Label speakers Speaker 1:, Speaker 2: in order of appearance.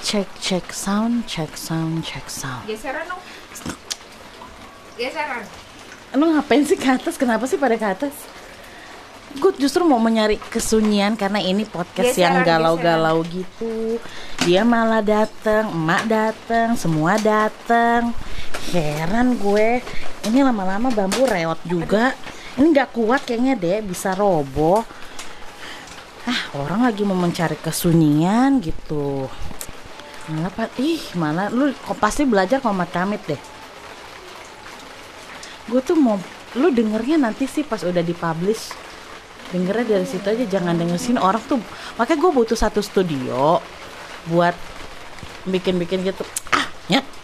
Speaker 1: Cek sound.
Speaker 2: Geseran dong. Geseran.
Speaker 1: Lu ngapain sih ke atas? Kenapa sih pada ke atas? Gue justru mau mencari kesunyian karena ini podcast yang galau-galau gitu. Dia malah dateng, emak dateng, semua dateng. Heran gue. Ini lama-lama bambu reot juga. Ini nggak kuat kayaknya deh, bisa roboh. Orang lagi mau mencari kesunyian gitu. Malah lu pasti belajar Muhammad Kamit deh. Gue tuh mau lu dengernya nanti sih pas udah dipublish. Dengernya dari situ aja, jangan denger sini orang tuh. Makanya gue butuh satu studio buat bikin gitu. Nyet.